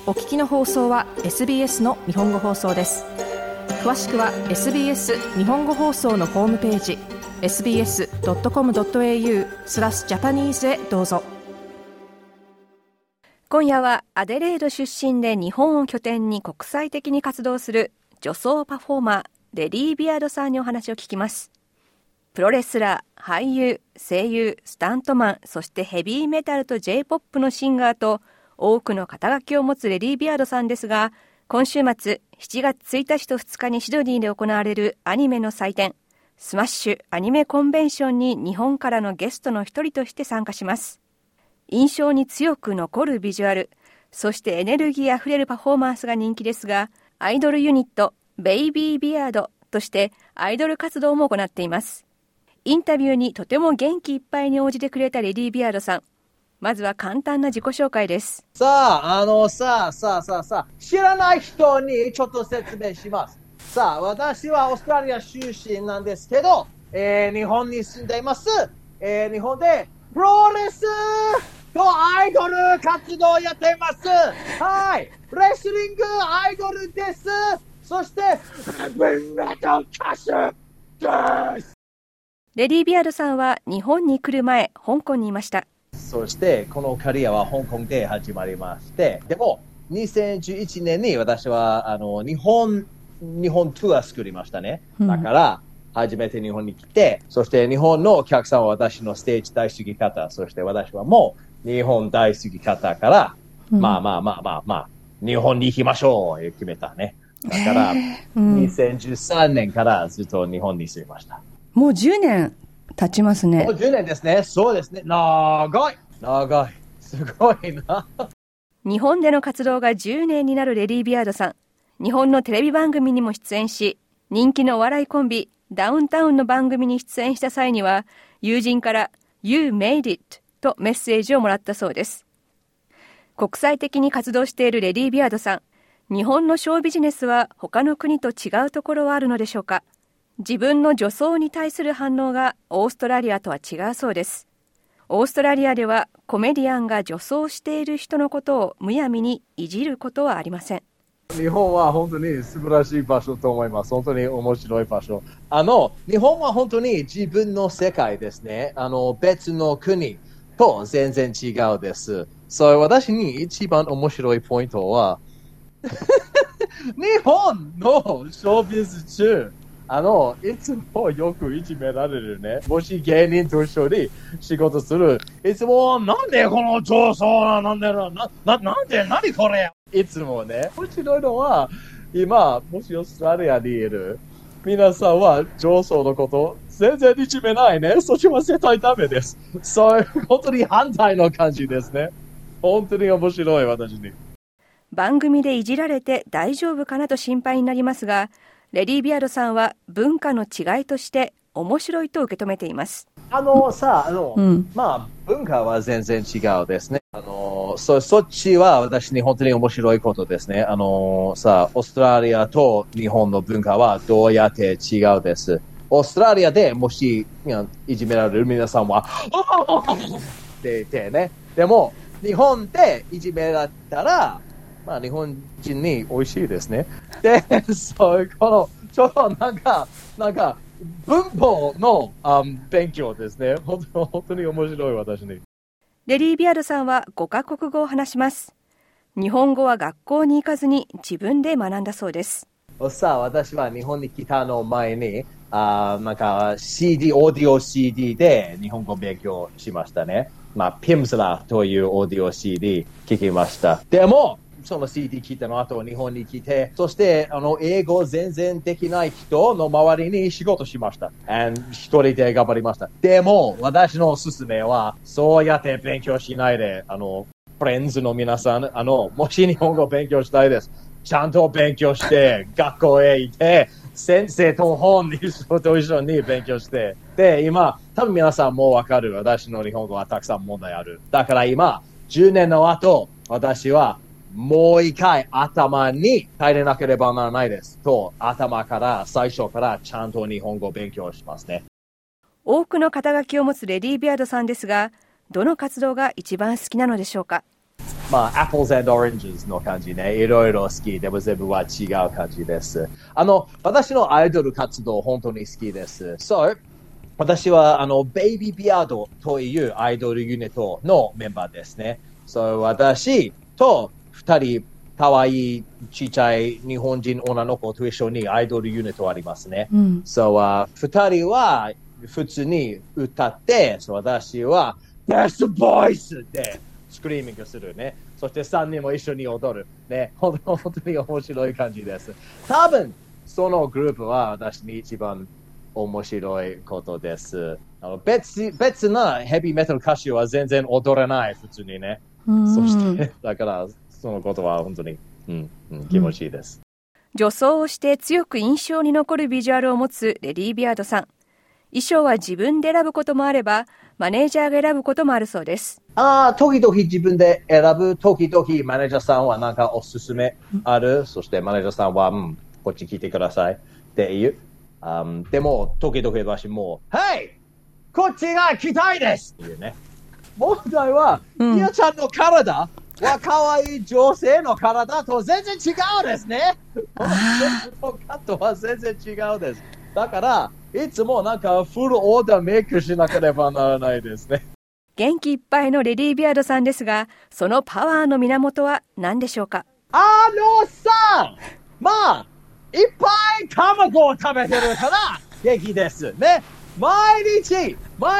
お聞きの放送は SBS の日本語放送です。詳しくは SBS 日本語放送のホームページ sbs.com.au/Japanese へどうぞ。今夜はアデレード出身で日本を拠点に国際的に活動する女装パフォーマーレディー・ビアードさんにお話を聞きます。プロレスラー、俳優、声優、スタントマン、そしてヘビーメタルと J-POP のシンガーと多くの肩書きを持つレディー・ビアードさんですが、今週末7月1日と2日にシドニーで行われるアニメの祭典スマッシュアニメコンベンションに日本からのゲストの一人として参加します。印象に強く残るビジュアル、そしてエネルギーあふれるパフォーマンスが人気ですが、アイドルユニットベイビー・ビアードとしてアイドル活動も行っています。インタビューにとても元気いっぱいに応じてくれたレディー・ビアードさん。まずは簡単な自己紹介です。 知らない人にちょっと説明します。私はオーストラリア出身なんですけど、日本に住んでいます。日本でプロレスとアイドル活動やっています。はい、レスリングアイドルです。そしてヘビーメタル歌手です。 レディー・ビアードさんは日本に来る前、香港にいました。 そしてこのキャリアは香港で始まりまして、でも2011年に私は日本ツアー作りましたね。だから初めて日本に来て、そして日本のお客さんは私のステージ大好き方、そして私はもう日本大好き方から、日本に行きましょう決めたね。だから、2013年からずっと日本に住みました。 もう10年経ちますね。 もう10年ですね。そうですね。長い。すごいな。 日本での活動が10年になるレディー・ビアードさん。日本のテレビ番組にも出演し、人気のお笑いコンビ、ダウンタウンの番組に出演した際には、友人から You made it とメッセージをもらったそうです。国際的に活動しているレディー・ビアードさん。日本のショービジネスは他の国と違うところはあるのでしょうか。自分の女装に対する反応がオーストラリアとは違うそうです。オーストラリアではコメディアンが女装している人のことをむやみにいじることはありません。 日本は本当に素晴らしい場所と思います。本当に面白い場所。日本は本当に自分の世界ですね。別の国と全然違うです。私に一番面白いポイントは、日本のショービズ中、いつもよくいじめられるね。もし芸人と一緒に仕事する。いつも、なんでこの女装なんで何これいつもね。面白いのは、今、もしオーストラリアにいる皆さんは女装のこと全然いじめないね。そっちは絶対ダメです。本当に反対の感じですね。本当に面白い、私に。 番組でいじられて大丈夫かなと心配になりますが、レディー・ビアードさんは文化の違いとして面白いと受け止めています。 文化は全然違うですね。そっちは私に本当に面白いことですね。オーストラリアと日本の文化はどうやって違うです。オーストラリアでもしいじめられる皆さんは、って言ってね。でも、日本でいじめられたら、日本人に美味しいですね。で、ちょっとなんか、文法の、勉強ですね。本当に面白い、私に。 レディー・ビアードさんは5カ国語を話します。日本語は学校に行かずに自分で学んだそうです。 私は日本に来たの前に、CD、オーディオ CD で日本語勉強しましたね。ピムスラというオーディオ CD 聞きました。でも、その CD 聞いたの後、日本に来て、そして、英語全然できない人の周りに仕事しました。一人で頑張りました。でも、私のおすすめは、そうやって勉強しないで、フレンズの皆さん、もし日本語勉強したいです。ちゃんと勉強して、学校へ行って、先生と一緒に勉強して。で、今、多分皆さんもわかる。私の日本語はたくさん問題ある。だから今、10年の後、私は、もう一回頭に入れなければならないです。頭から最初からちゃんと日本語を勉強しますね。 多くの肩書きを持つレディー・ビアードさんですが、どの活動が一番好きなのでしょうか。 apples and oranges の感じね。いろいろ好き。でも全部は違う感じです。私のアイドル活動本当に好きです。So、私は、ベイビービアードというアイドルユニットのメンバーですね。So、私と二人、可愛いちっちゃい日本人女の子と一緒にアイドルユニットありますね。So、二人は普通に歌って、so、私は、Best Voice! で、スクリーミングするね。そして3人も一緒に踊る。ね。本当に面白い感じです。多分、そのグループは私に一番面白いことです。別なヘビーメタル歌手は全然踊れない、普通にね。そして、だから、そのことは本当に、気持ちいいです。 女装をして強く印象に残るビジュアルを持つレディー・ビアードさん。衣装は自分で選ぶこともあれば、マネージャーが選ぶこともあるそうです。 時々自分で選ぶ、時々マネージャーさんはなんかおすすめある。そしてマネージャーさんは、こっち聞いてくださいっていう。でも、時々私も、Hey! こっちが来たいですっていうね。問題は、みやちゃんの体は可愛い女性の体と全然違うですね。カットは全然違うです。だから、いつもなんかフルオーダーメイクしなければならないですね。 元気いっぱいのレディー・ビアードさんですが、そのパワーの源は何でしょうか？ いっぱい卵を食べてるから元気ですね。毎日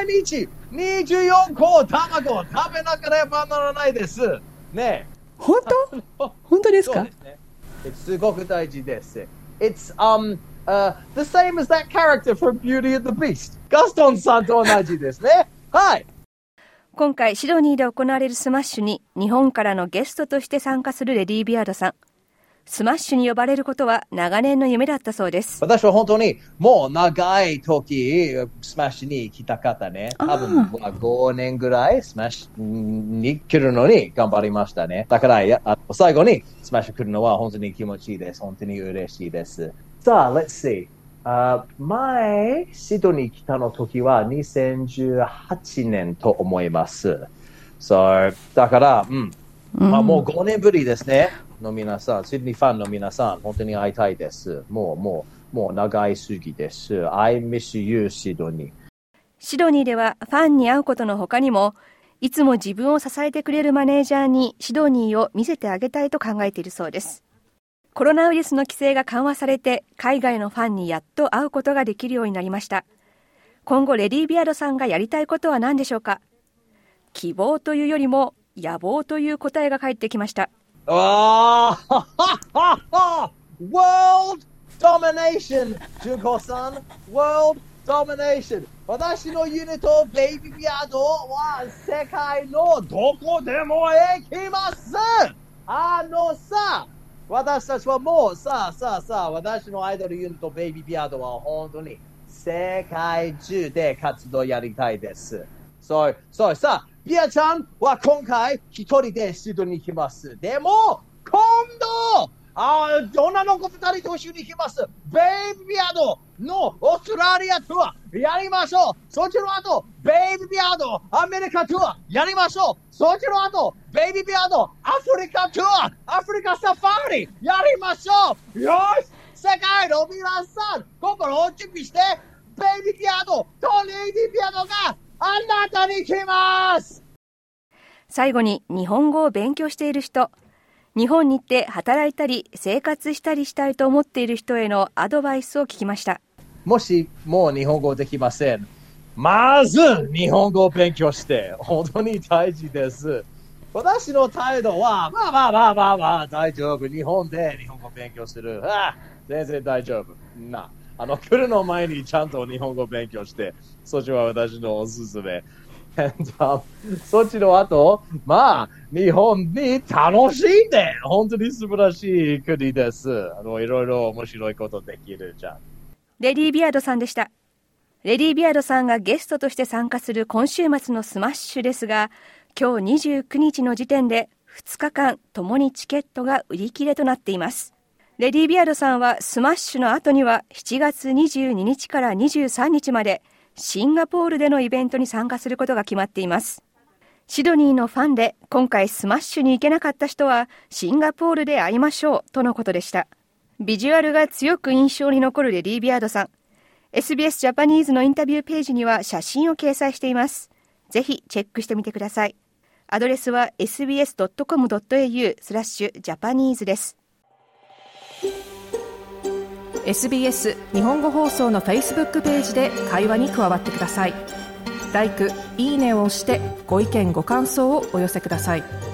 24個卵を食べなければならないです。ね。 本当ですか？ そうですね。すごく大事です。It's the same as that character from Beauty and the Beast. ガストンさんと同じですね。はい。 今回シドニーで行われるスマッシュに日本からのゲストとして参加するレディー・ビアードさん。スマッシュに呼ばれることは長年の夢だったそうです。 私は本当にもう長い時スマッシュに来た方ね。多分5年ぐらいスマッシュに来るのに頑張りましたね。だから最後にスマッシュ来るのは本当に気持ちいいです。本当に嬉しいです。さあ、let's see. 前、シドニー来たの時は2018年と思います。So, だから、もう5年ぶりですね。の皆さん、シドニーファンの皆さん、本当に会いたいです。もう長いすぎです。I miss you, シドニー。 シドニーではファンに会うことの他にも、いつも自分を支えてくれるマネージャーにシドニーを見せてあげたいと考えているそうです。コロナウイルスの規制が緩和されて、海外のファンにやっと会うことができるようになりました。今後、レディー・ビアードさんがやりたいことは何でしょうか？希望というよりも野望という答えが返ってきました。 World Domination! 純子さん、World Domination! 私のユニット、ベイビービアードは世界のどこでも行きます！私たちはもう私のアイドルユニット、ベイビービアードは本当に世界中で活動やりたいです。ビアちゃんは今回一人でシドニーに来ます。でも、今度女の子二人と一緒に行きます。ベイビービアードのオーストラリアツアーやりましょう。そちら後、ベイビービアードアメリカツアーやりましょう。そちら後、ベイビービアードアフリカツアー、アフリカサファリやりましょう。よし、世界の皆さん、心を準備して、ベイビービアードとレイディービアードがあなたに来ます。 最後に日本語を勉強している人、日本に行って働いたり生活したりしたいと思っている人へのアドバイスを聞きました。 もしもう日本語できません。まず日本語を勉強して本当に大事です。私の態度は大丈夫。日本で日本語を勉強する。全然大丈夫。来るの前にちゃんと日本語を勉強して、そっちは私のおすすめ。そっちの後、日本に楽しんで、本当に素晴らしい国です。いろいろ面白いことできるじゃん。 レディー・ビアードさんでした。レディー・ビアードさんがゲストとして参加する今週末のスマッシュですが、今日29日の時点で2日間ともにチケットが売り切れとなっています。レディー・ビアードさんはスマッシュの後には7月22日から23日までシンガポールでのイベントに参加することが決まっています。 シドニーのファンで今回スマッシュに行けなかった人はシンガポールで会いましょうとのことでした。ビジュアルが強く印象に残るレディー・ビアードさん。SBS ジャパニーズのインタビューページには写真を掲載しています。ぜひチェックしてみてください。アドレスは sbs.com.au/japanese です。SBS 日本語放送の Facebook ページで会話に加わってください。LIKE、いいねを押してご意見ご感想をお寄せください。